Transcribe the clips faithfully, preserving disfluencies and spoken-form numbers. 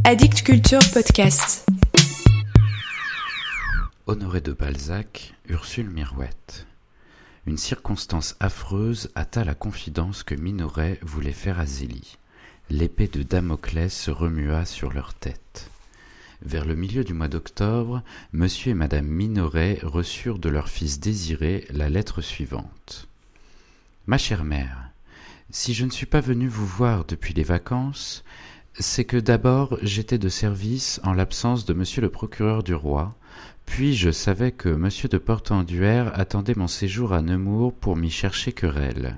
Addict Culture Podcast. Honoré de Balzac, Ursule Mirouette. Une circonstance affreuse hâta la confidence que Minoret voulait faire à Zélie. L'épée de Damoclès se remua sur leur tête. Vers le milieu du mois d'octobre, monsieur et madame Minoret reçurent de leur fils Désiré la lettre suivante. « Ma chère mère, si je ne suis pas venu vous voir depuis les vacances, c'est que d'abord j'étais de service en l'absence de monsieur le procureur du roi, puis je savais que monsieur de Portenduère attendait mon séjour à Nemours pour m'y chercher querelle.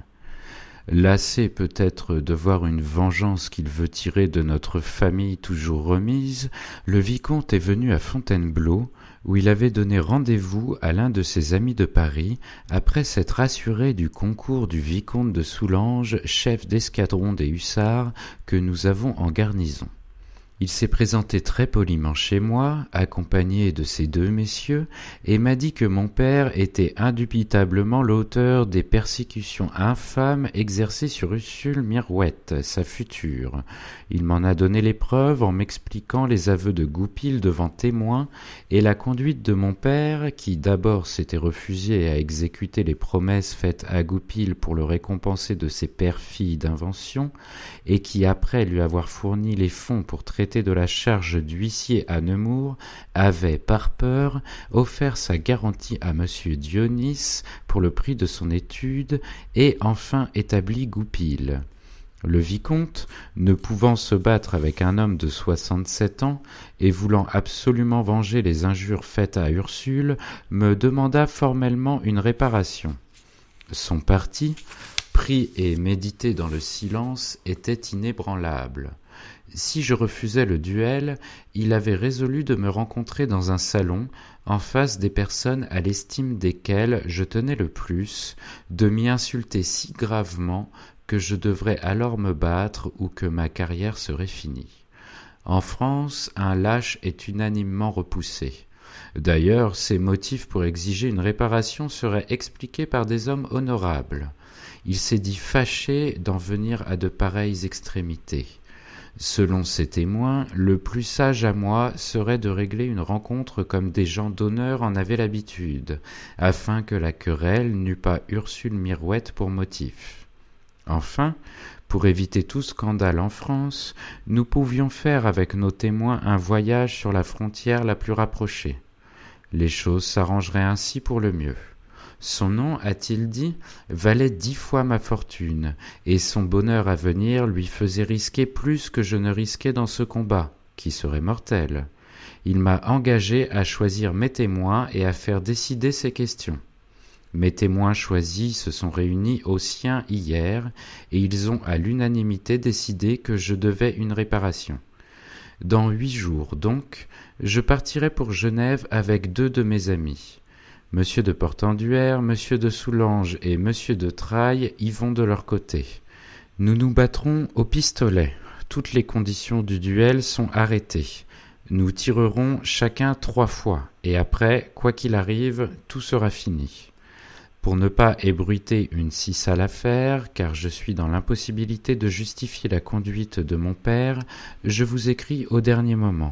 Lassé peut-être de voir une vengeance qu'il veut tirer de notre famille toujours remise, le vicomte est venu à Fontainebleau, où il avait donné rendez-vous à l'un de ses amis de Paris, après s'être assuré du concours du vicomte de Soulanges, chef d'escadron des hussards que nous avons en garnison. Il s'est présenté très poliment chez moi, accompagné de ces deux messieurs, et m'a dit que mon père était indubitablement l'auteur des persécutions infâmes exercées sur Ursule Mirouette, sa future. Il m'en a donné les preuves en m'expliquant les aveux de Goupil devant témoins et la conduite de mon père, qui d'abord s'était refusé à exécuter les promesses faites à Goupil pour le récompenser de ses perfides inventions, et qui, après lui avoir fourni les fonds pour traiter de la charge d'huissier à Nemours, avait, par peur, offert sa garantie à monsieur Dionis pour le prix de son étude et enfin établi Goupil. Le vicomte, ne pouvant se battre avec un homme de soixante-sept ans et voulant absolument venger les injures faites à Ursule, me demanda formellement une réparation. Son parti, pris et médité dans le silence, était inébranlable. Si je refusais le duel, il avait résolu de me rencontrer dans un salon, en face des personnes à l'estime desquelles je tenais le plus, de m'y insulter si gravement que je devrais alors me battre ou que ma carrière serait finie. En France, un lâche est unanimement repoussé. D'ailleurs, ses motifs pour exiger une réparation seraient expliqués par des hommes honorables. Il s'est dit fâché d'en venir à de pareilles extrémités. Selon ses témoins, le plus sage à moi serait de régler une rencontre comme des gens d'honneur en avaient l'habitude, afin que la querelle n'eût pas Ursule Mirouette pour motif. Enfin, pour éviter tout scandale en France, nous pouvions faire avec nos témoins un voyage sur la frontière la plus rapprochée. Les choses s'arrangeraient ainsi pour le mieux. Son nom, a-t-il dit, valait dix fois ma fortune, et son bonheur à venir lui faisait risquer plus que je ne risquais dans ce combat, qui serait mortel. Il m'a engagé à choisir mes témoins et à faire décider ces questions. Mes témoins choisis se sont réunis aux siens hier, et ils ont à l'unanimité décidé que je devais une réparation. Dans huit jours, donc, je partirai pour Genève avec deux de mes amis. Monsieur de Portenduère, monsieur de Soulanges et monsieur de Trailles y vont de leur côté. Nous nous battrons au pistolet. Toutes les conditions du duel sont arrêtées. Nous tirerons chacun trois fois, et après, quoi qu'il arrive, tout sera fini. Pour ne pas ébruiter une si sale affaire, car je suis dans l'impossibilité de justifier la conduite de mon père, je vous écris au dernier moment.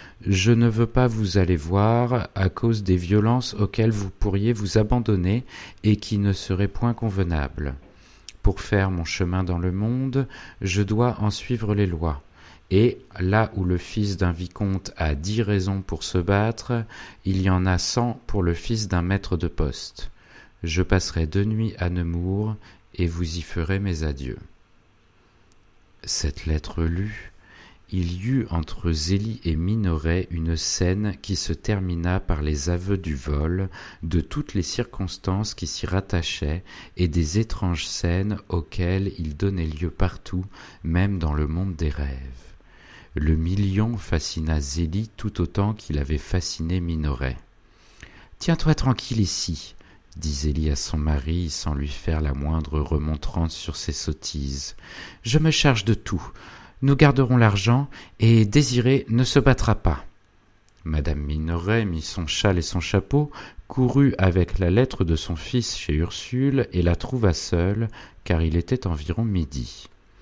Je ne veux pas vous aller voir à cause des violences auxquelles vous pourriez vous abandonner et qui ne seraient point convenables. Pour faire mon chemin dans le monde, je dois en suivre les lois. Et, là où le fils d'un vicomte a dix raisons pour se battre, il y en a cent pour le fils d'un maître de poste. Je passerai deux nuits à Nemours et vous y ferez mes adieux. » Cette lettre lue, il y eut entre Zélie et Minoret une scène qui se termina par les aveux du vol, de toutes les circonstances qui s'y rattachaient et des étranges scènes auxquelles il donnait lieu partout, même dans le monde des rêves. Le million fascina Zélie tout autant qu'il avait fasciné Minoret. « Tiens-toi tranquille ici », dit Zélie à son mari sans lui faire la moindre remontrance sur ses sottises. « Je me charge de tout. Nous garderons l'argent, et Désiré ne se battra pas. » Madame Minoret mit son châle et son chapeau, courut avec la lettre de son fils chez Ursule et la trouva seule, car il était environ midi.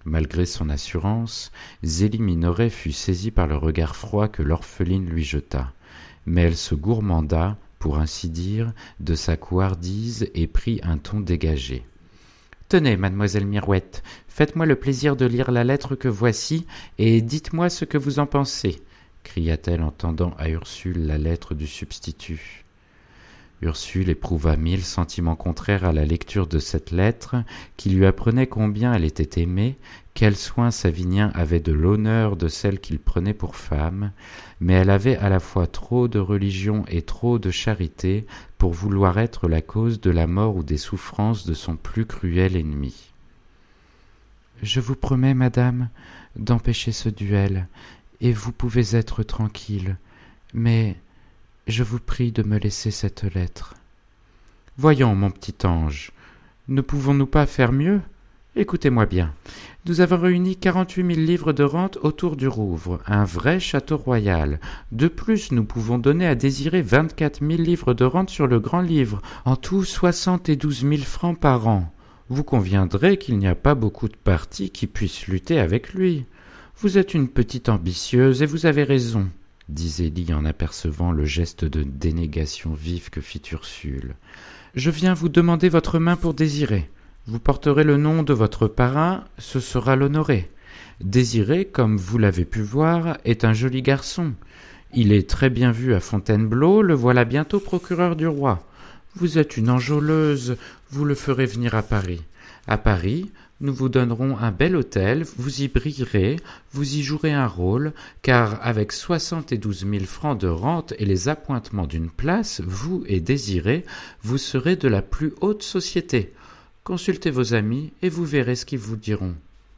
Malgré son assurance, Zélie Minoret fut saisie par le regard froid que l'orpheline lui jeta. Mais elle se gourmanda, pour ainsi dire, de sa couardise et prit un ton dégagé. « Tenez, mademoiselle Mirouette, faites-moi le plaisir de lire la lettre que voici, et dites-moi ce que vous en pensez, » cria-t-elle en tendant à Ursule la lettre du substitut. Ursule éprouva mille sentiments contraires à la lecture de cette lettre, qui lui apprenait combien elle était aimée, quel soin Savinien avait de l'honneur de celle qu'il prenait pour femme, mais elle avait à la fois trop de religion et trop de charité pour vouloir être la cause de la mort ou des souffrances de son plus cruel ennemi. « Je vous promets, madame, d'empêcher ce duel, et vous pouvez être tranquille, mais je vous prie de me laisser cette lettre. »« Voyons, mon petit ange, ne pouvons-nous pas faire mieux ? Écoutez-moi bien. Nous avons réuni quarante-huit mille livres de rente autour du Rouvre, un vrai château royal. De plus, nous pouvons donner à Désiré vingt-quatre mille livres de rente sur le grand livre, en tout soixante-douze mille francs par an. Vous conviendrez qu'il n'y a pas beaucoup de partis qui puissent lutter avec lui. Vous êtes une petite ambitieuse et vous avez raison, dit Zélie en apercevant le geste de dénégation vive que fit Ursule. Je viens vous demander votre main pour Désiré. Vous porterez le nom de votre parrain, ce sera l'honorer. Désiré, comme vous l'avez pu voir, est un joli garçon. Il est très bien vu à Fontainebleau, le voilà bientôt procureur du roi. Vous êtes une enjôleuse, vous le ferez venir à Paris. À Paris, nous vous donnerons un bel hôtel, vous y brillerez, vous y jouerez un rôle, car avec soixante-douze mille francs de rente et les appointements d'une place, vous et Désiré, vous serez de la plus haute société. Consultez vos amis et vous verrez ce qu'ils vous diront.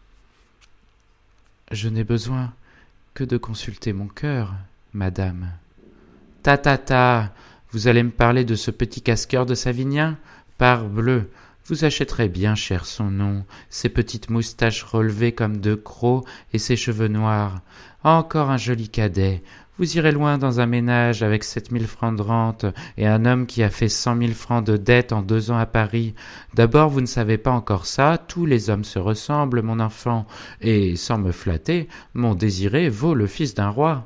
Je n'ai besoin que de consulter mon cœur, madame. Ta ta ta, vous allez me parler de ce petit casse-cœur de Savinien ? Parbleu, vous achèterez bien cher son nom, ses petites moustaches relevées comme deux crocs et ses cheveux noirs. Encore un joli cadet. Vous irez loin dans un ménage avec sept mille francs de rente et un homme qui a fait cent mille francs de dette en deux ans à Paris. D'abord, vous ne savez pas encore ça, tous les hommes se ressemblent, mon enfant, et, sans me flatter, mon Désiré vaut le fils d'un roi.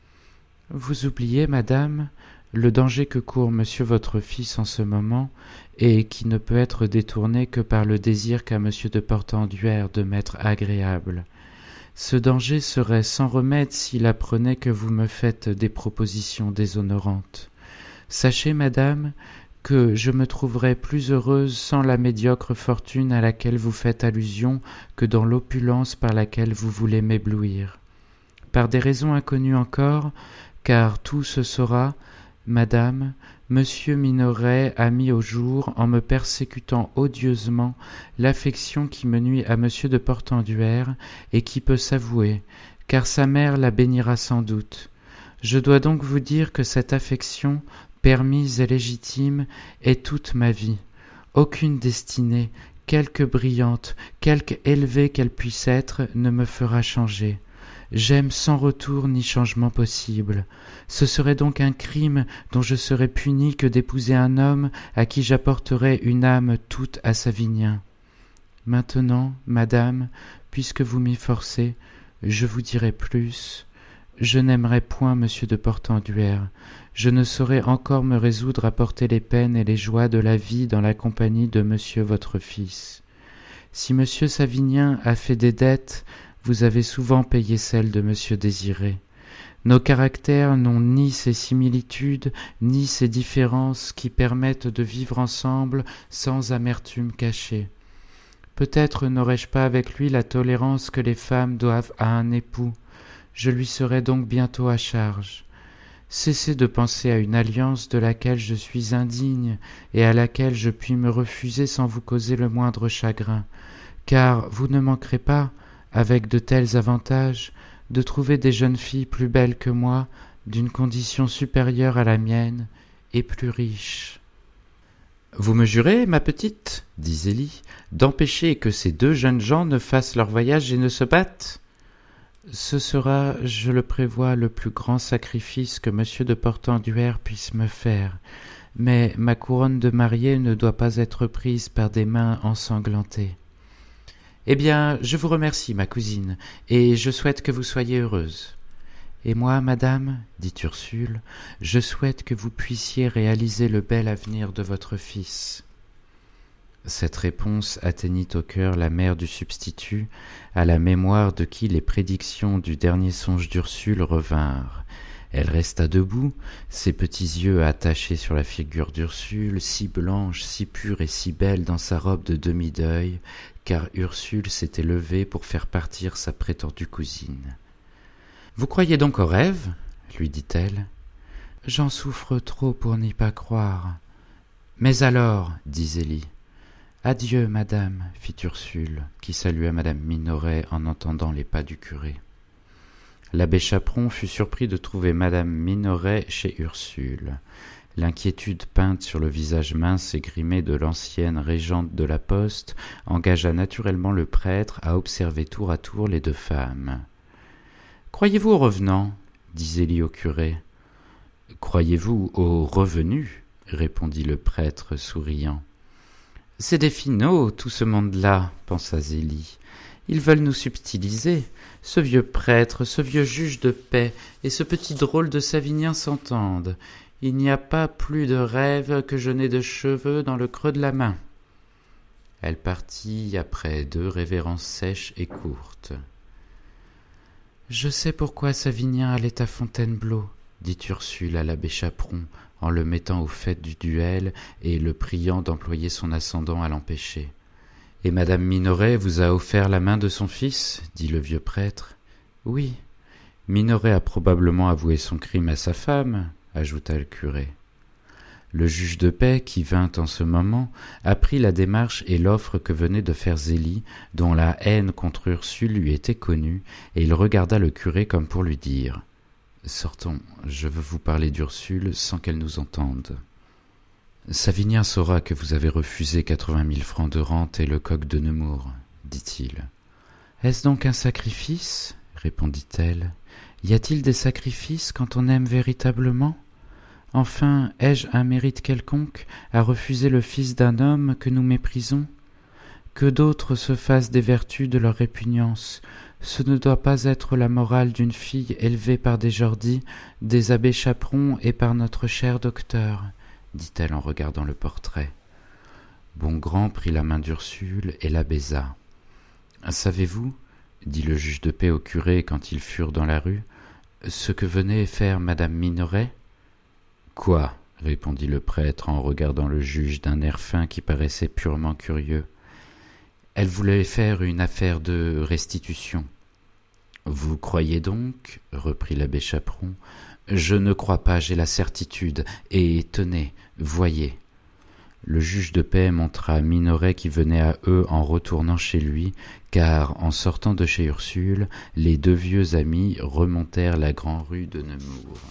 Vous oubliez, madame, le danger que court monsieur votre fils en ce moment, et qui ne peut être détourné que par le désir qu'a monsieur de Portenduère de m'être agréable. Ce danger serait sans remède s'il apprenait que vous me faites des propositions déshonorantes. Sachez, madame, que je me trouverais plus heureuse sans la médiocre fortune à laquelle vous faites allusion que dans l'opulence par laquelle vous voulez m'éblouir. Par des raisons inconnues encore, car tout se saura, madame, Monsieur Minoret a mis au jour, en me persécutant odieusement, l'affection qui me nuit à monsieur de Portenduère et qui peut s'avouer, car sa mère la bénira sans doute. Je dois donc vous dire que cette affection, permise et légitime, est toute ma vie. Aucune destinée, quelque brillante, quelque élevée qu'elle puisse être, ne me fera changer. J'aime sans retour ni changement possible. Ce serait donc un crime dont je serais puni que d'épouser un homme à qui j'apporterais une âme toute à Savinien. Maintenant, madame, puisque vous m'y forcez, je vous dirai plus. Je n'aimerais point monsieur de Portenduère. Je ne saurais encore me résoudre à porter les peines et les joies de la vie dans la compagnie de monsieur votre fils. Si monsieur Savinien a fait des dettes, vous avez souvent payé celles de monsieur Désiré. Nos caractères n'ont ni ces similitudes, ni ces différences qui permettent de vivre ensemble sans amertume cachée. Peut-être n'aurai-je pas avec lui la tolérance que les femmes doivent à un époux. Je lui serai donc bientôt à charge. Cessez de penser à une alliance de laquelle je suis indigne et à laquelle je puis me refuser sans vous causer le moindre chagrin, car vous ne manquerez pas, avec de tels avantages, de trouver des jeunes filles plus belles que moi, d'une condition supérieure à la mienne, et plus riches. « Vous me jurez, ma petite, dit Zélie, d'empêcher que ces deux jeunes gens ne fassent leur voyage et ne se battent ? Ce sera, je le prévois, le plus grand sacrifice que monsieur de Portenduère puisse me faire, mais ma couronne de mariée ne doit pas être prise par des mains ensanglantées. » « Eh bien, je vous remercie, ma cousine, et je souhaite que vous soyez heureuse. »« Et moi, madame, dit Ursule, je souhaite que vous puissiez réaliser le bel avenir de votre fils. » Cette réponse atteignit au cœur la mère du substitut, à la mémoire de qui les prédictions du dernier songe d'Ursule revinrent. Elle resta debout, ses petits yeux attachés sur la figure d'Ursule, si blanche, si pure et si belle dans sa robe de demi-deuil, car Ursule s'était levée pour faire partir sa prétendue cousine. « Vous croyez donc au rêve ?» lui dit-elle. « J'en souffre trop pour n'y pas croire. »« Mais alors, dit Zélie. »« Adieu, madame, fit Ursule, qui salua madame Minoret en entendant les pas du curé. » L'abbé Chaperon fut surpris de trouver madame Minoret chez Ursule. L'inquiétude peinte sur le visage mince et grimé de l'ancienne régente de la poste engagea naturellement le prêtre à observer tour à tour les deux femmes. « Croyez-vous aux revenants ?» dit Zélie au curé. « Croyez-vous aux revenus ?» répondit le prêtre souriant. « C'est des finauds, tout ce monde-là, pensa Zélie. Ils veulent nous subtiliser. Ce vieux prêtre, ce vieux juge de paix et ce petit drôle de Savinien s'entendent. Il n'y a pas plus de rêve que je n'ai de cheveux dans le creux de la main. » Elle partit après deux révérences sèches et courtes. « Je sais pourquoi Savinien allait à Fontainebleau, » dit Ursule à l'abbé Chaperon, en le mettant au fait du duel et le priant d'employer son ascendant à l'empêcher. « Et madame Minoret vous a offert la main de son fils ?» dit le vieux prêtre. « Oui. Minoret a probablement avoué son crime à sa femme, » ajouta le curé. Le juge de paix, qui vint en ce moment, apprit la démarche et l'offre que venait de faire Zélie, dont la haine contre Ursule lui était connue, et il regarda le curé comme pour lui dire « Sortons, je veux vous parler d'Ursule sans qu'elle nous entende. » « Savinien saura que vous avez refusé quatre-vingt mille francs de rente et le coq de Nemours, dit-il. »« Est-ce donc un sacrifice ?» répondit-elle. « Y a-t-il des sacrifices quand on aime véritablement ? Enfin, ai-je un mérite quelconque à refuser le fils d'un homme que nous méprisons ? Que d'autres se fassent des vertus de leur répugnance, ce ne doit pas être la morale d'une fille élevée par des Jordi, des abbés Chaperon et par notre cher docteur. » dit-elle en regardant le portrait. Bongrand prit la main d'Ursule et la baisa. « Savez-vous, dit le juge de paix au curé quand ils furent dans la rue, ce que venait faire madame Minoret ? »« Quoi ?» répondit le prêtre en regardant le juge d'un air fin qui paraissait purement curieux. « Elle voulait faire une affaire de restitution. »« Vous croyez donc, reprit l'abbé Chaperon, je ne crois pas, j'ai la certitude, et tenez, voyez. » Le juge de paix montra Minoret qui venait à eux en retournant chez lui, car, en sortant de chez Ursule, les deux vieux amis remontèrent la grande rue de Nemours.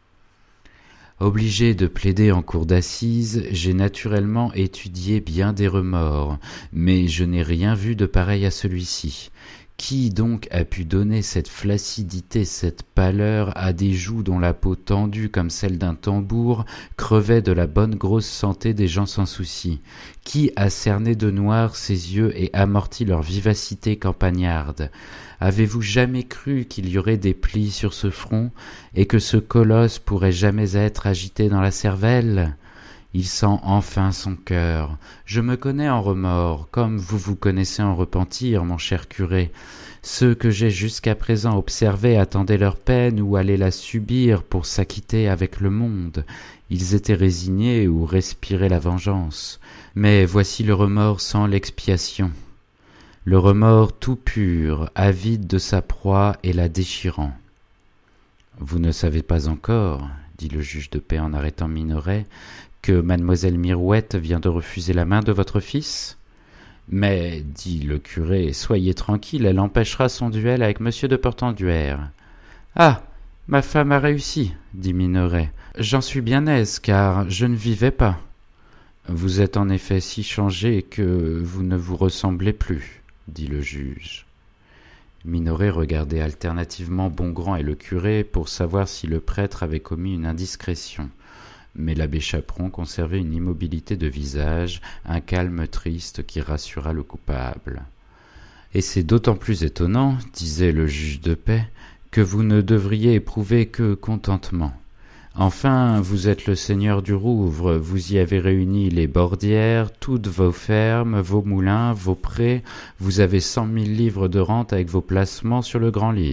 Obligé de plaider en cour d'assises, j'ai naturellement étudié bien des remords, mais je n'ai rien vu de pareil à celui-ci. Qui donc a pu donner cette flaccidité, cette pâleur à des joues dont la peau tendue comme celle d'un tambour crevait de la bonne grosse santé des gens sans souci? Qui a cerné de noir ses yeux et amorti leur vivacité campagnarde? Avez-vous jamais cru qu'il y aurait des plis sur ce front et que ce colosse pourrait jamais être agité dans la cervelle? Il sent enfin son cœur. Je me connais en remords, comme vous vous connaissez en repentir, mon cher curé. Ceux que j'ai jusqu'à présent observés attendaient leur peine ou allaient la subir pour s'acquitter avec le monde. Ils étaient résignés ou respiraient la vengeance. Mais voici le remords sans l'expiation. Le remords tout pur, avide de sa proie et la déchirant. « Vous ne savez pas encore, dit le juge de paix en arrêtant Minoret, que mademoiselle Mirouette vient de refuser la main de votre fils ? Mais, dit le curé, soyez tranquille, elle empêchera son duel avec monsieur de Portenduère. Ah, ma femme a réussi, dit Minoret. J'en suis bien aise, car je ne vivais pas. Vous êtes en effet si changé que vous ne vous ressemblez plus, dit le juge. Minoret regardait alternativement Bongrand et le curé pour savoir si le prêtre avait commis une indiscrétion. Mais l'abbé Chaperon conservait une immobilité de visage, un calme triste qui rassura le coupable. « Et c'est d'autant plus étonnant, disait le juge de paix, que vous ne devriez éprouver que contentement. Enfin, vous êtes le seigneur du Rouvre, vous y avez réuni les bordières, toutes vos fermes, vos moulins, vos prés, vous avez cent mille livres de rente avec vos placements sur le grand-livre. »«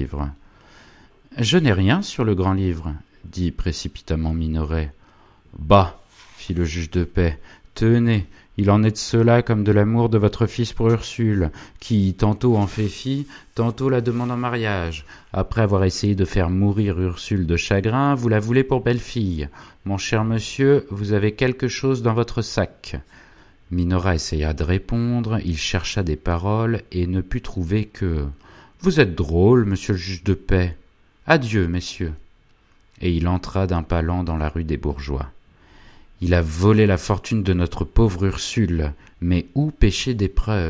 Je n'ai rien sur le grand-livre, » dit précipitamment Minoret. « Bah !» fit le juge de paix, « tenez, il en est de cela comme de l'amour de votre fils pour Ursule, qui tantôt en fait fi, tantôt la demande en mariage. Après avoir essayé de faire mourir Ursule de chagrin, vous la voulez pour belle-fille. Mon cher monsieur, vous avez quelque chose dans votre sac. » Minoret essaya de répondre, il chercha des paroles et ne put trouver que « Vous êtes drôle, monsieur le juge de paix. Adieu, messieurs. » Et il entra d'un pas lent dans la rue des Bourgeois. « Il a volé la fortune de notre pauvre Ursule, mais où pêcher des preuves ?»«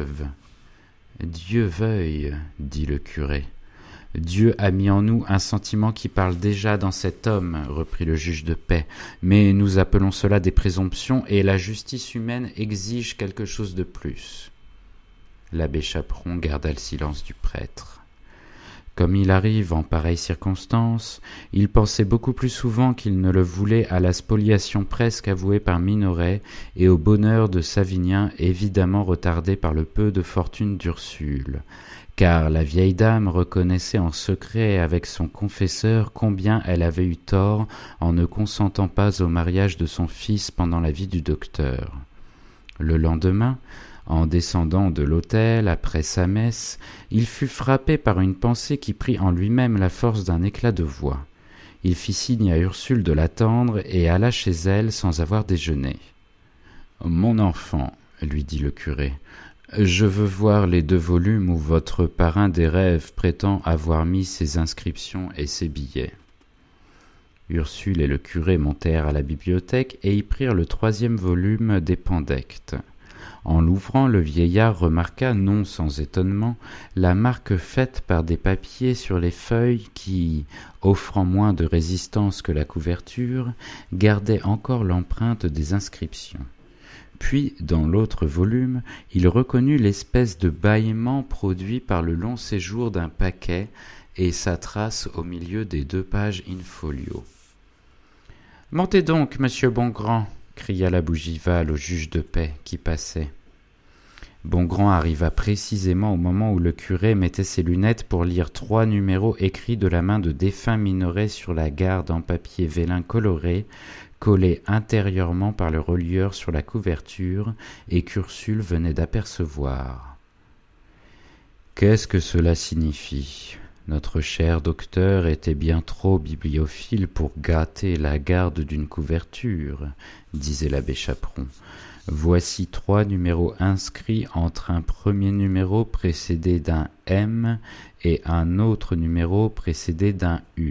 Dieu veuille, » dit le curé. « Dieu a mis en nous un sentiment qui parle déjà dans cet homme, » reprit le juge de paix, « mais nous appelons cela des présomptions, et la justice humaine exige quelque chose de plus. » L'abbé Chaperon garda le silence du prêtre. Comme il arrive en pareille circonstance, il pensait beaucoup plus souvent qu'il ne le voulait à la spoliation presque avouée par Minoret et au bonheur de Savinien évidemment retardé par le peu de fortune d'Ursule, car la vieille dame reconnaissait en secret avec son confesseur combien elle avait eu tort en ne consentant pas au mariage de son fils pendant la vie du docteur. Le lendemain, en descendant de l'autel après sa messe, il fut frappé par une pensée qui prit en lui-même la force d'un éclat de voix. Il fit signe à Ursule de l'attendre et alla chez elle sans avoir déjeuné. « Mon enfant, lui dit le curé, je veux voir les deux volumes où votre parrain des rêves prétend avoir mis ses inscriptions et ses billets. » Ursule et le curé montèrent à la bibliothèque et y prirent le troisième volume des Pandectes. En l'ouvrant, le vieillard remarqua, non sans étonnement, la marque faite par des papiers sur les feuilles qui, offrant moins de résistance que la couverture, gardaient encore l'empreinte des inscriptions. Puis, dans l'autre volume, il reconnut l'espèce de bâillement produit par le long séjour d'un paquet et sa trace au milieu des deux pages in-folio. « Montez donc, monsieur Bongrand !» cria la Bougival au juge de paix qui passait. Bongrand arriva précisément au moment où le curé mettait ses lunettes pour lire trois numéros écrits de la main de défunt Minoret sur la garde en papier vélin coloré, collés intérieurement par le relieur sur la couverture et qu'Ursule venait d'apercevoir. Qu'est-ce que cela signifie ? Notre cher docteur était bien trop bibliophile pour gâter la garde d'une couverture, disait l'abbé Chaperon. Voici trois numéros inscrits entre un premier numéro précédé d'un M et un autre numéro précédé d'un U.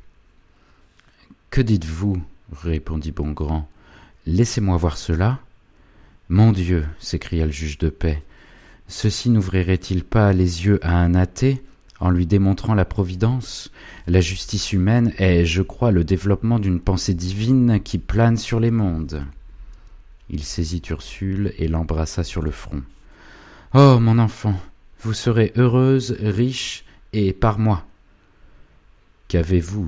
« Que dites-vous » répondit Bongrand. « Laissez-moi voir cela. »« Mon Dieu !» s'écria le juge de paix. « Ceci n'ouvrirait-il pas les yeux à un athée en lui démontrant la providence? La justice humaine est, je crois, le développement d'une pensée divine qui plane sur les mondes. » Il saisit Ursule et l'embrassa sur le front. « Oh, mon enfant, vous serez heureuse, riche, et par moi. »« Qu'avez-vous »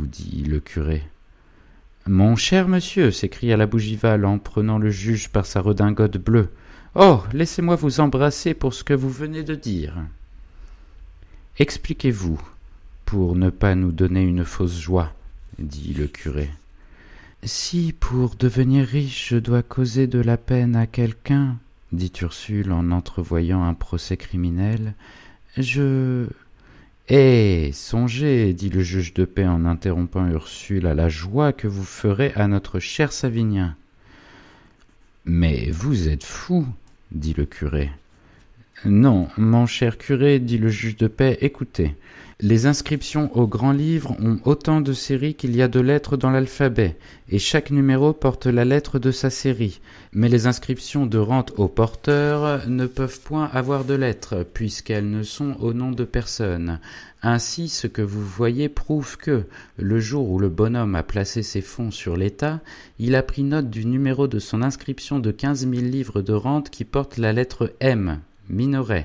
dit le curé. « Mon cher monsieur, s'écria la Bougival en prenant le juge par sa redingote bleue. Oh, laissez-moi vous embrasser pour ce que vous venez de dire. »« Expliquez-vous, pour ne pas nous donner une fausse joie, » dit le curé. « Si, pour devenir riche, je dois causer de la peine à quelqu'un, » dit Ursule en entrevoyant un procès criminel, « je... » « Eh, songez, dit le juge de paix en interrompant Ursule, à la joie que vous ferez à notre cher Savinien. »« Mais vous êtes fou, dit le curé. »« Non, mon cher curé, dit le juge de paix, écoutez. Les inscriptions au grand livre ont autant de séries qu'il y a de lettres dans l'alphabet, et chaque numéro porte la lettre de sa série. Mais les inscriptions de rente au porteur ne peuvent point avoir de lettres, puisqu'elles ne sont au nom de personne. Ainsi, ce que vous voyez prouve que, le jour où le bonhomme a placé ses fonds sur l'État, il a pris note du numéro de son inscription de quinze mille livres de rente qui porte la lettre M, Minoret,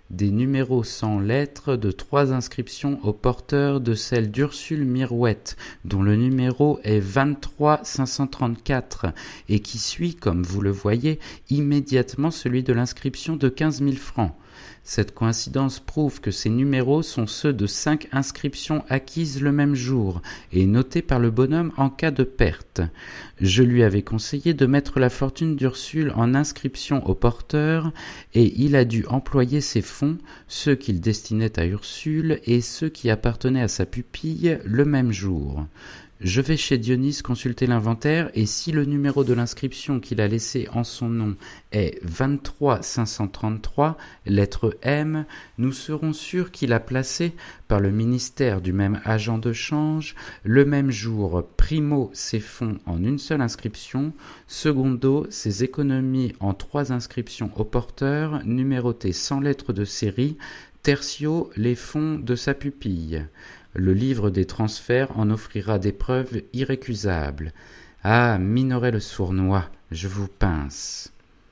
des numéros sans lettres de trois inscriptions au porteur de celle d'Ursule Mirouette, dont le numéro est vingt-trois cinq cent trente-quatre, et qui suit, comme vous le voyez, immédiatement celui de l'inscription de quinze mille francs. Cette coïncidence prouve que ces numéros sont ceux de cinq inscriptions acquises le même jour et notées par le bonhomme en cas de perte. Je lui avais conseillé de mettre la fortune d'Ursule en inscription au porteur et il a dû employer ses fonds, ceux qu'il destinait à Ursule et ceux qui appartenaient à sa pupille, le même jour. Je vais chez Dionys consulter l'inventaire et si le numéro de l'inscription qu'il a laissé en son nom est vingt-trois cinq cent trente-trois, lettre M, nous serons sûrs qu'il a placé, par le ministère du même agent de change, le même jour, primo, ses fonds en une seule inscription, secondo, ses économies en trois inscriptions au porteur, numérotées sans lettres de série, tertio, les fonds de sa pupille. Le livre des transferts en offrira des preuves irrécusables. Ah, Minoret le sournois, je vous pince.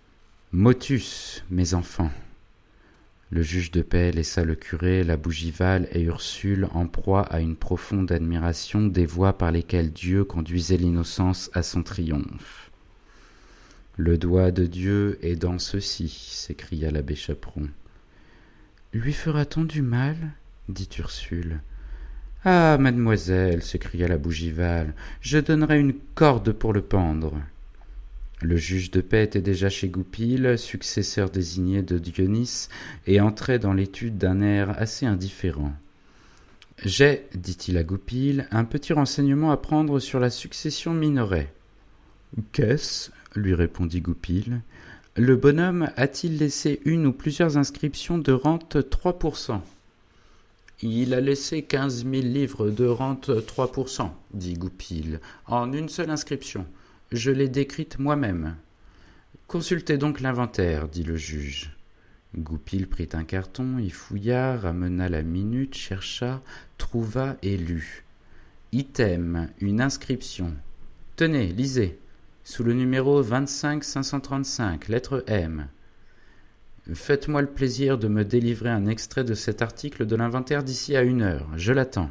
Motus, mes enfants. Le juge de paix laissa le curé, la Bougival et Ursule en proie à une profonde admiration des voies par lesquelles Dieu conduisait l'innocence à son triomphe. Le doigt de Dieu est dans ceci, s'écria l'abbé Chaperon. Lui fera-t-on du mal ? dit Ursule. Ah, mademoiselle, s'écria la Bougival, je donnerais une corde pour le pendre. Le juge de paix était déjà chez Goupil, successeur désigné de Dionys, et entrait dans l'étude d'un air assez indifférent. J'ai, dit-il à Goupil, un petit renseignement à prendre sur la succession Minoret. Qu'est-ce ? lui répondit Goupil. Le bonhomme a-t-il laissé une ou plusieurs inscriptions de rente trois pour cent ? Il a laissé quinze mille livres de rente trois pour cent, dit Goupil, en une seule inscription. Je l'ai décrite moi-même. Consultez donc l'inventaire, dit le juge. Goupil prit un carton, y fouilla, ramena la minute, chercha, trouva et lut. Item, une inscription. Tenez, lisez. Sous le numéro vingt-cinq cinq cent trente-cinq, lettre M. Faites-moi le plaisir de me délivrer un extrait de cet article de l'inventaire d'ici à une heure. Je l'attends.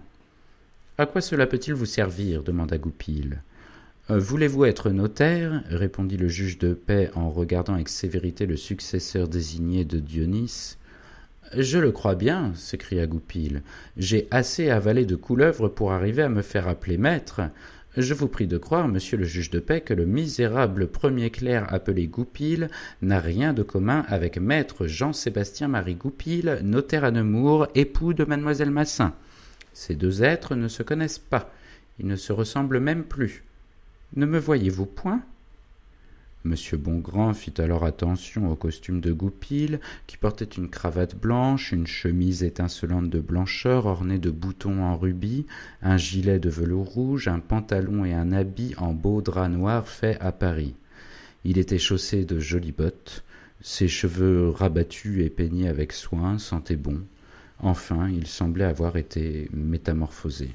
À quoi cela peut-il vous servir ? demanda Goupil. Euh, Voulez-vous être notaire ? répondit le juge de paix en regardant avec sévérité le successeur désigné de Dionys. Je le crois bien, s'écria Goupil. J'ai assez avalé de couleuvres pour arriver à me faire appeler maître. Je vous prie de croire, monsieur le juge de paix, que le misérable premier clerc appelé Goupil n'a rien de commun avec maître Jean-Sébastien-Marie Goupil, notaire à Nemours, époux de mademoiselle Massin. Ces deux êtres ne se connaissent pas, ils ne se ressemblent même plus. Ne me voyez-vous point ? Monsieur Bongrand fit alors attention au costume de Goupil, qui portait une cravate blanche, une chemise étincelante de blancheur ornée de boutons en rubis, un gilet de velours rouge, un pantalon et un habit en beau drap noir fait à Paris. Il était chaussé de jolies bottes, ses cheveux rabattus et peignés avec soin sentaient bon. Enfin, il semblait avoir été métamorphosé.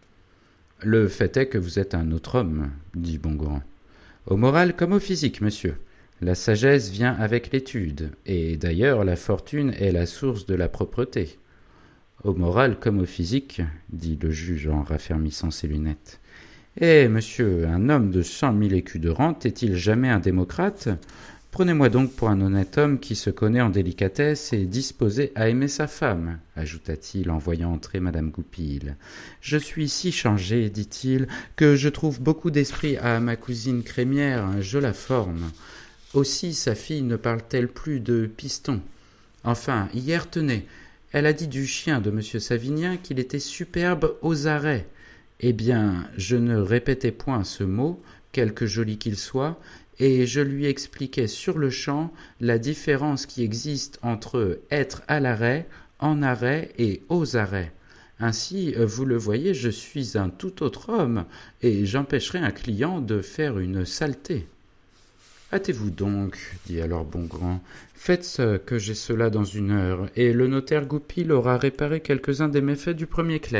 « Le fait est que vous êtes un autre homme, » dit Bongrand. Au moral comme au physique, monsieur. La sagesse vient avec l'étude, et d'ailleurs la fortune est la source de la propreté. Au moral comme au physique, dit le juge en raffermissant ses lunettes. Eh, monsieur, un homme de cent mille écus de rente est-il jamais un démocrate ? Prenez-moi donc pour un honnête homme qui se connaît en délicatesse et disposé à aimer sa femme, ajouta-t-il en voyant entrer madame Goupil. Je suis si changé, dit-il, que je trouve beaucoup d'esprit à ma cousine Crémière, je la forme. Aussi sa fille ne parle-t-elle plus de piston. Enfin, hier, tenez, elle a dit du chien de monsieur Savinien qu'il était superbe aux arrêts. Eh bien, je ne répétais point ce mot, quelque joli qu'il soit, et je lui expliquais sur-le-champ la différence qui existe entre être à l'arrêt, en arrêt et aux arrêts. Ainsi, vous le voyez, je suis un tout autre homme, et j'empêcherai un client de faire une saleté. « Hâtez-vous donc, dit alors Bongrand, faites que j'ai cela dans une heure, et le notaire Goupil aura réparé quelques-uns des méfaits du premier clerc. »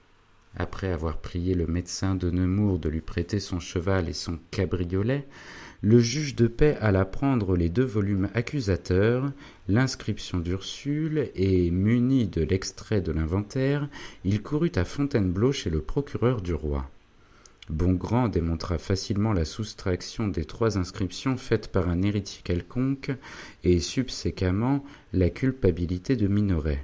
Après avoir prié le médecin de Nemours de lui prêter son cheval et son cabriolet, le juge de paix alla prendre les deux volumes accusateurs, l'inscription d'Ursule, et, muni de l'extrait de l'inventaire, il courut à Fontainebleau chez le procureur du roi. Bongrand démontra facilement la soustraction des trois inscriptions faites par un héritier quelconque, et subséquemment la culpabilité de Minoret.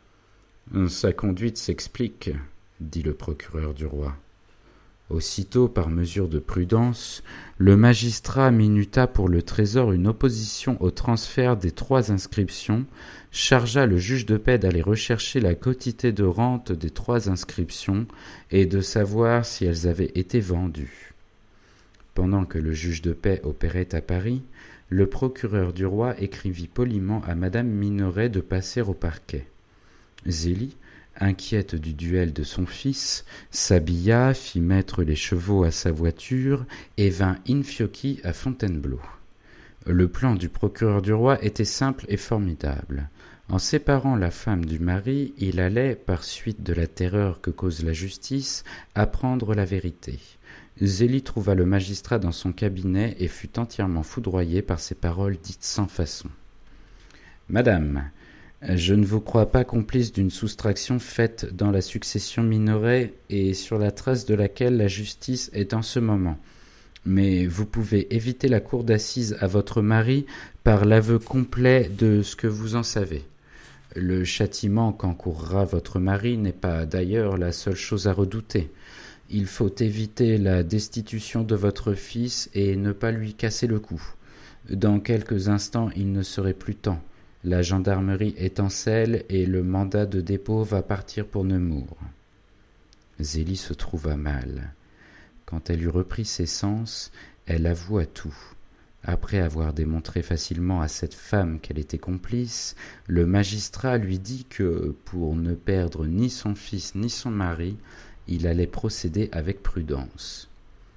« Sa conduite s'explique, » dit le procureur du roi. Aussitôt, par mesure de prudence, le magistrat minuta pour le trésor une opposition au transfert des trois inscriptions, chargea le juge de paix d'aller rechercher la quotité de rente des trois inscriptions et de savoir si elles avaient été vendues. Pendant que le juge de paix opérait à Paris, le procureur du roi écrivit poliment à madame Minoret de passer au parquet. Zélie, inquiète du duel de son fils, s'habilla, fit mettre les chevaux à sa voiture et vint in fioqui à Fontainebleau. Le plan du procureur du roi était simple et formidable. En séparant la femme du mari, il allait, par suite de la terreur que cause la justice, apprendre la vérité. Zélie trouva le magistrat dans son cabinet et fut entièrement foudroyée par ces paroles dites sans façon. « Madame, je ne vous crois pas complice d'une soustraction faite dans la succession Minoret et sur la trace de laquelle la justice est en ce moment. Mais vous pouvez éviter la cour d'assises à votre mari par l'aveu complet de ce que vous en savez. Le châtiment qu'encourra votre mari n'est pas d'ailleurs la seule chose à redouter. Il faut éviter la destitution de votre fils et ne pas lui casser le cou. Dans quelques instants, il ne serait plus temps. La gendarmerie étincelle et le mandat de dépôt va partir pour Nemours. » Zélie se trouva mal. Quand elle eut repris ses sens, elle avoua tout. Après avoir démontré facilement à cette femme qu'elle était complice, le magistrat lui dit que, pour ne perdre ni son fils ni son mari, il allait procéder avec prudence.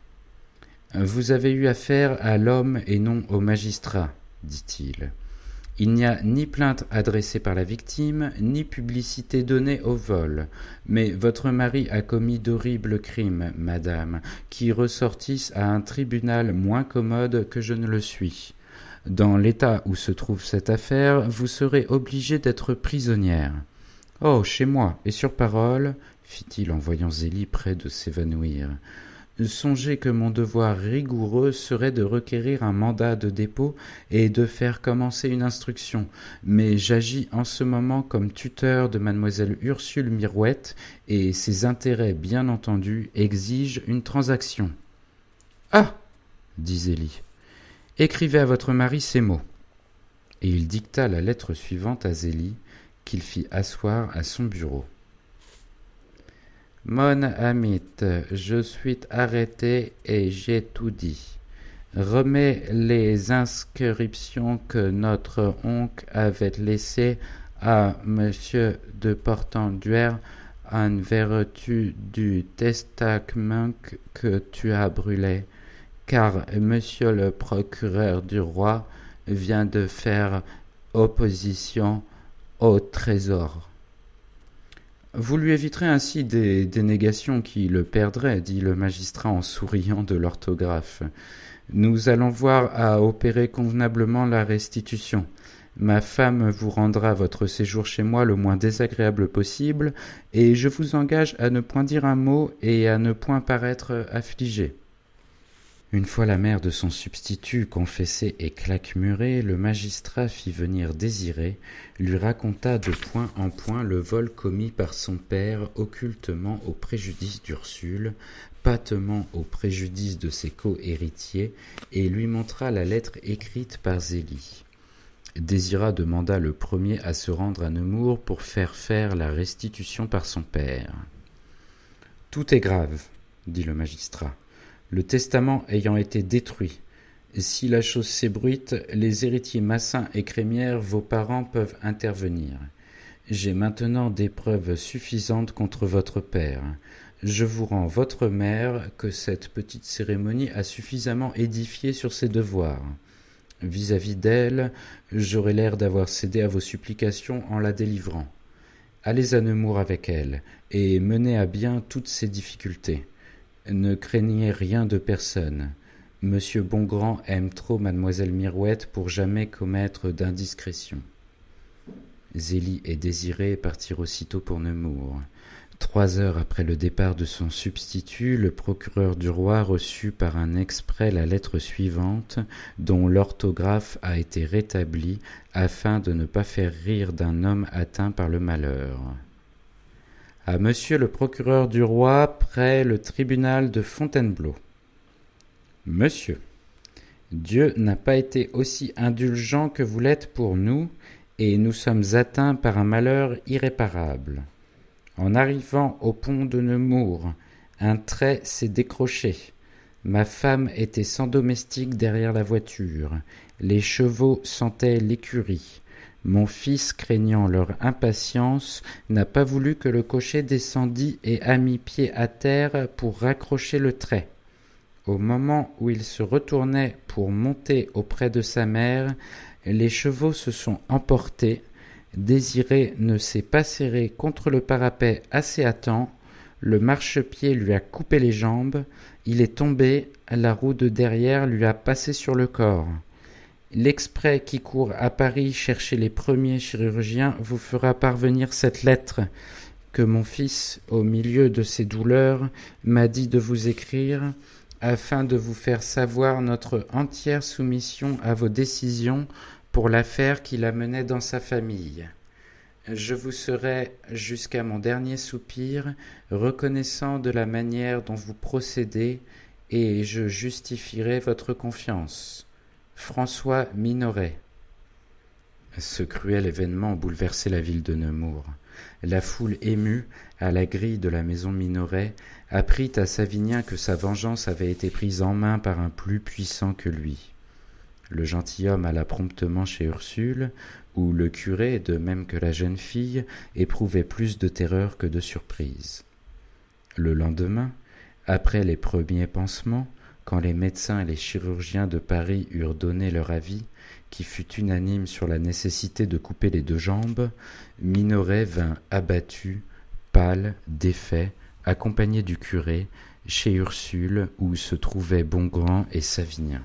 « Vous avez eu affaire à l'homme et non au magistrat, dit-il. Il n'y a ni plainte adressée par la victime, ni publicité donnée au vol. Mais votre mari a commis d'horribles crimes, madame, qui ressortissent à un tribunal moins commode que je ne le suis. Dans l'état où se trouve cette affaire, vous serez obligée d'être prisonnière. »« Oh, chez moi, et sur parole, » fit-il en voyant Zélie près de s'évanouir. Songez que mon devoir rigoureux serait de requérir un mandat de dépôt et de faire commencer une instruction, mais j'agis en ce moment comme tuteur de mademoiselle Ursule Mirouette, et ses intérêts, bien entendu, exigent une transaction. « Ah !» dit Zélie. « Écrivez à votre mari ces mots. » Et il dicta la lettre suivante à Zélie, qu'il fit asseoir à son bureau. « Mon amie, je suis arrêté et j'ai tout dit. Remets les inscriptions que notre oncle avait laissées à monsieur de Portenduère en vertu du testament que tu as brûlé, car monsieur le procureur du roi vient de faire opposition au trésor. » « Vous lui éviterez ainsi des dénégations qui le perdraient, » dit le magistrat en souriant de l'orthographe. « Nous allons voir à opérer convenablement la restitution. Ma femme vous rendra votre séjour chez moi le moins désagréable possible, et je vous engage à ne point dire un mot et à ne point paraître affligé. » Une fois la mère de son substitut confessée et claquemurée, le magistrat fit venir Désiré, lui raconta de point en point le vol commis par son père occultement au préjudice d'Ursule, patemment au préjudice de ses co-héritiers, et lui montra la lettre écrite par Zélie. Désira demanda le premier à se rendre à Nemours pour faire faire la restitution par son père. « Tout est grave, » dit le magistrat. Le testament ayant été détruit, si la chose s'ébruite, les héritiers Massin et Crémière, vos parents, peuvent intervenir. J'ai maintenant des preuves suffisantes contre votre père. Je vous rends votre mère que cette petite cérémonie a suffisamment édifié sur ses devoirs. Vis-à-vis d'elle, j'aurai l'air d'avoir cédé à vos supplications en la délivrant. Allez à Nemours avec elle, et menez à bien toutes ces difficultés. Ne craignez rien de personne. Monsieur Bongrand aime trop mademoiselle Mirouette pour jamais commettre d'indiscrétion. Zélie et Désiré partirent aussitôt pour Nemours. Trois heures après le départ de son substitut, le procureur du roi reçut par un exprès la lettre suivante, dont l'orthographe a été rétablie afin de ne pas faire rire d'un homme atteint par le malheur. À monsieur le procureur du roi, près le tribunal de Fontainebleau. Monsieur, Dieu n'a pas été aussi indulgent que vous l'êtes pour nous, et nous sommes atteints par un malheur irréparable. En arrivant au pont de Nemours, un trait s'est décroché. Ma femme était sans domestique derrière la voiture. Les chevaux sentaient l'écurie. Mon fils, craignant leur impatience, n'a pas voulu que le cocher descendît et a mis pied à terre pour raccrocher le trait. Au moment où il se retournait pour monter auprès de sa mère, les chevaux se sont emportés. Désiré ne s'est pas serré contre le parapet assez à temps. Le marchepied lui a coupé les jambes. Il est tombé. La roue de derrière lui a passé sur le corps. L'exprès qui court à Paris chercher les premiers chirurgiens vous fera parvenir cette lettre que mon fils, au milieu de ses douleurs, m'a dit de vous écrire, afin de vous faire savoir notre entière soumission à vos décisions pour l'affaire qui la menait dans sa famille. Je vous serai, jusqu'à mon dernier soupir, reconnaissant de la manière dont vous procédez, et je justifierai votre confiance. François Minoret. Ce cruel événement bouleversait la ville de Nemours. La foule émue, à la grille de la maison Minoret, apprit à Savinien que sa vengeance avait été prise en main par un plus puissant que lui. Le gentilhomme alla promptement chez Ursule, où le curé, de même que la jeune fille, éprouvait plus de terreur que de surprise. Le lendemain, après les premiers pansements, quand les médecins et les chirurgiens de Paris eurent donné leur avis, qui fut unanime sur la nécessité de couper les deux jambes, Minoret vint abattu, pâle, défait, accompagné du curé, chez Ursule, où se trouvaient Bongrand et Savinien.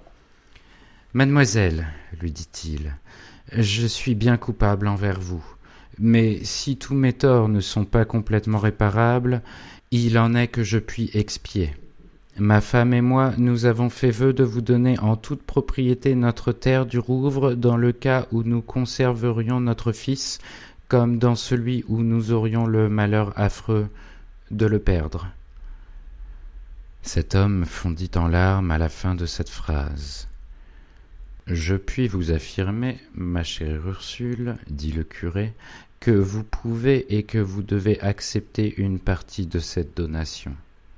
« Mademoiselle, lui dit-il, je suis bien coupable envers vous, mais si tous mes torts ne sont pas complètement réparables, il en est que je puis expier. Ma femme et moi, nous avons fait vœu de vous donner en toute propriété notre terre du Rouvre dans le cas où nous conserverions notre fils, comme dans celui où nous aurions le malheur affreux de le perdre. » Cet homme fondit en larmes à la fin de cette phrase. « Je puis vous affirmer, ma chère Ursule, dit le curé, que vous pouvez et que vous devez accepter une partie de cette donation. »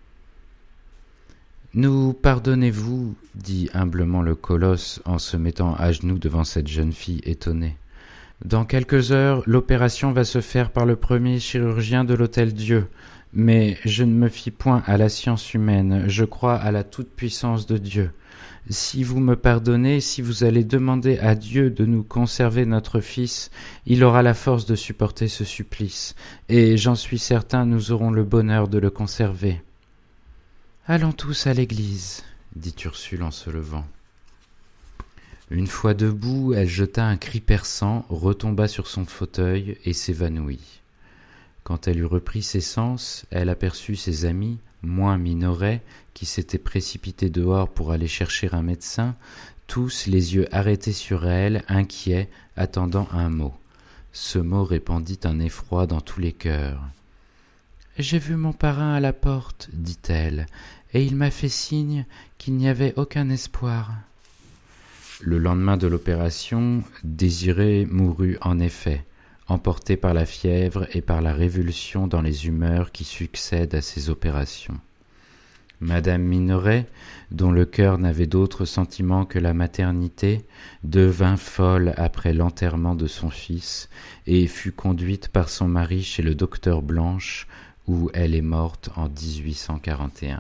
« Nous pardonnez-vous, dit humblement le colosse en se mettant à genoux devant cette jeune fille étonnée. Dans quelques heures, l'opération va se faire par le premier chirurgien de l'Hôtel-Dieu, mais je ne me fie point à la science humaine, je crois à la toute-puissance de Dieu. Si vous me pardonnez, si vous allez demander à Dieu de nous conserver notre fils, il aura la force de supporter ce supplice, et j'en suis certain, nous aurons le bonheur de le conserver. » « Allons tous à l'église, » dit Ursule en se levant. Une fois debout, elle jeta un cri perçant, retomba sur son fauteuil et s'évanouit. Quand elle eut repris ses sens, elle aperçut ses amis, moins Minoret, qui s'étaient précipités dehors pour aller chercher un médecin, tous les yeux arrêtés sur elle, inquiets, attendant un mot. Ce mot répandit un effroi dans tous les cœurs. « J'ai vu mon parrain à la porte, dit-elle, et il m'a fait signe qu'il n'y avait aucun espoir. » Le lendemain de l'opération, Désiré mourut en effet, emporté par la fièvre et par la révulsion dans les humeurs qui succèdent à ces opérations. Madame Minoret, dont le cœur n'avait d'autre sentiment que la maternité, devint folle après l'enterrement de son fils et fut conduite par son mari chez le docteur Blanche, où elle est morte en dix-huit cent quarante et un.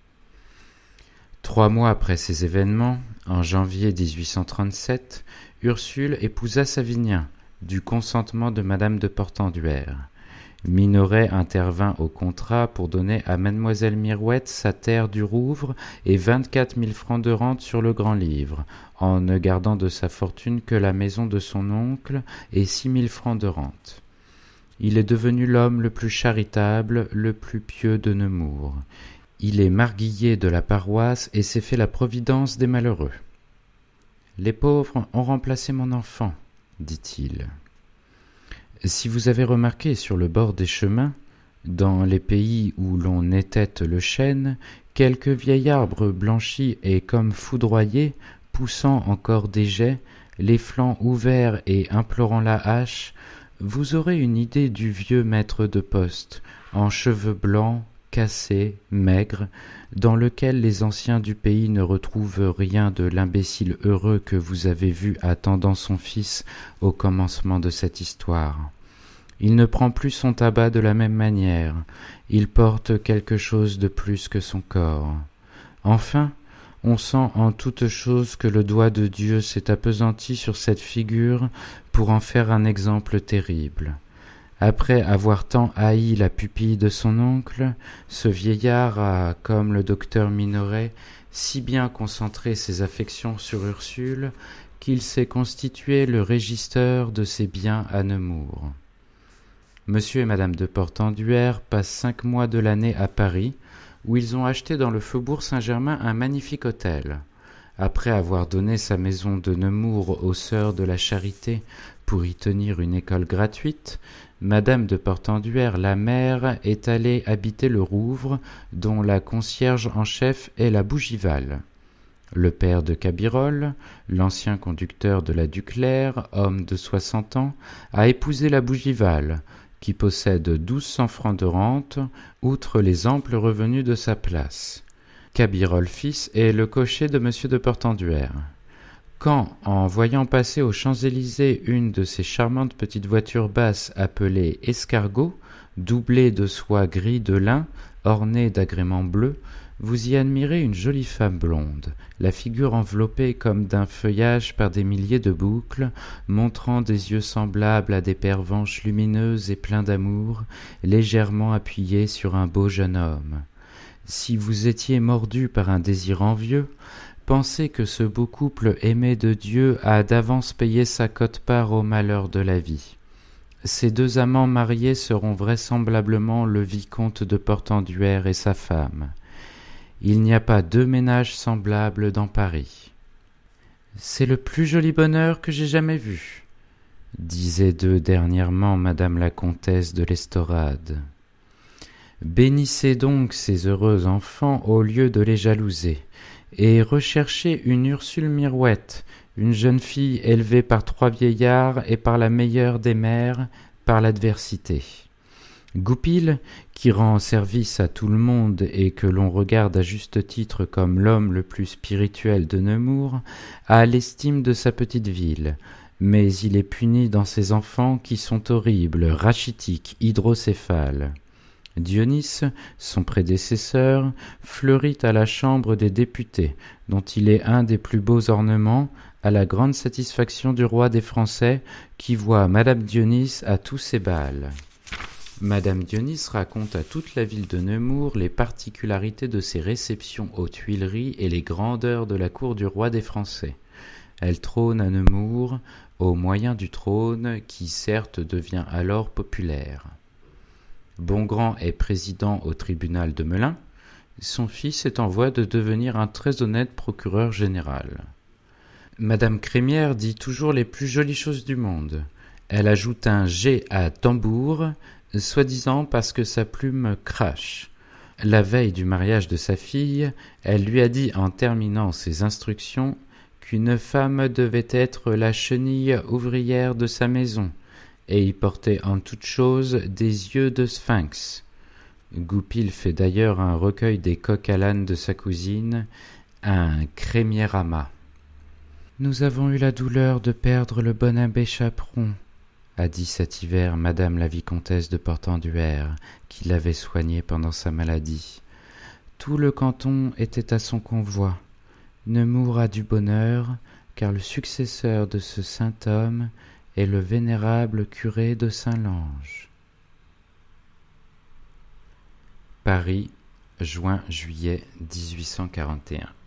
Trois mois après ces événements, en janvier dix-huit cent trente-sept, Ursule épousa Savinien, du consentement de madame de Portenduère. Minoret intervint au contrat pour donner à mademoiselle Mirouette sa terre du Rouvre et vingt-quatre mille francs de rente sur le grand-livre, en ne gardant de sa fortune que la maison de son oncle et six mille francs de rente. Il est devenu l'homme le plus charitable, le plus pieux de Nemours. Il est marguillier de la paroisse et s'est fait la providence des malheureux. « Les pauvres ont remplacé mon enfant, dit-il. Si vous avez remarqué sur le bord des chemins, dans les pays où l'on étête le chêne, quelques vieils arbres blanchis et comme foudroyés, poussant encore des jets, les flancs ouverts et implorant la hache, vous aurez une idée du vieux maître de poste, en cheveux blancs, cassé, maigre, dans lequel les anciens du pays ne retrouvent rien de l'imbécile heureux que vous avez vu attendant son fils au commencement de cette histoire. Il ne prend plus son tabac de la même manière, il porte quelque chose de plus que son corps. Enfin, on sent en toute chose que le doigt de Dieu s'est appesanti sur cette figure pour en faire un exemple terrible. Après avoir tant haï la pupille de son oncle, ce vieillard a, comme le docteur Minoret, si bien concentré ses affections sur Ursule qu'il s'est constitué le régisseur de ses biens à Nemours. Monsieur et madame de Portenduère passent cinq mois de l'année à Paris, où ils ont acheté dans le faubourg Saint-Germain un magnifique hôtel. Après avoir donné sa maison de Nemours aux sœurs de la Charité pour y tenir une école gratuite, madame de Portenduère, la mère, est allée habiter le Rouvre, dont la concierge en chef est la Bougival. Le père de Cabirol, l'ancien conducteur de la Duclerc, homme de soixante ans, a épousé la Bougival, qui possède douze cents francs de rente, outre les amples revenus de sa place. Cabirol fils est le cocher de monsieur de Portenduère. Quand, en voyant passer aux Champs-Élysées une de ces charmantes petites voitures basses appelées escargots, doublées de soie gris de lin, ornées d'agréments bleus, vous y admirez une jolie femme blonde, la figure enveloppée comme d'un feuillage par des milliers de boucles, montrant des yeux semblables à des pervenches lumineuses et pleins d'amour, légèrement appuyés sur un beau jeune homme. Si vous étiez mordu par un désir envieux, pensez que ce beau couple aimé de Dieu a d'avance payé sa quote-part au malheur de la vie. Ces deux amants mariés seront vraisemblablement le vicomte de Portenduère et sa femme. Il n'y a pas deux ménages semblables dans Paris. « C'est le plus joli bonheur que j'ai jamais vu », disait d'eux dernièrement madame la comtesse de l'Estorade. Bénissez donc ces heureux enfants au lieu de les jalouser, et recherchez une Ursule Mirouette, une jeune fille élevée par trois vieillards et par la meilleure des mères, par l'adversité. Goupil, qui rend service à tout le monde et que l'on regarde à juste titre comme l'homme le plus spirituel de Nemours, a l'estime de sa petite ville, mais il est puni dans ses enfants qui sont horribles, rachitiques, hydrocéphales. Dionis, son prédécesseur, fleurit à la Chambre des députés, dont il est un des plus beaux ornements, à la grande satisfaction du roi des Français, qui voit Madame Dionis à tous ses bals. Madame Dionis raconte à toute la ville de Nemours les particularités de ses réceptions aux Tuileries et les grandeurs de la cour du roi des Français. Elle trône à Nemours, au moyen du trône, qui certes devient alors populaire. Bongrand est président au tribunal de Melun. Son fils est en voie de devenir un très honnête procureur général. Madame Crémière dit toujours les plus jolies choses du monde. Elle ajoute un G à tambour, soi-disant parce que sa plume crache. La veille du mariage de sa fille, elle lui a dit en terminant ses instructions qu'une femme devait être la chenille ouvrière de sa maison, et y portait en toute chose des yeux de sphinx. Goupil fait d'ailleurs un recueil des coqs à l'âne de sa cousine, un crémiérama. « Nous avons eu la douleur de perdre le bon abbé Chaperon, » a dit cet hiver madame la vicomtesse de Portenduère, qui l'avait soigné pendant sa maladie. Tout le canton était à son convoi. Nemours a du bonheur, car le successeur de ce saint homme est le vénérable curé de Saint-Lange. Paris, juin-juillet dix-huit cent quarante et un.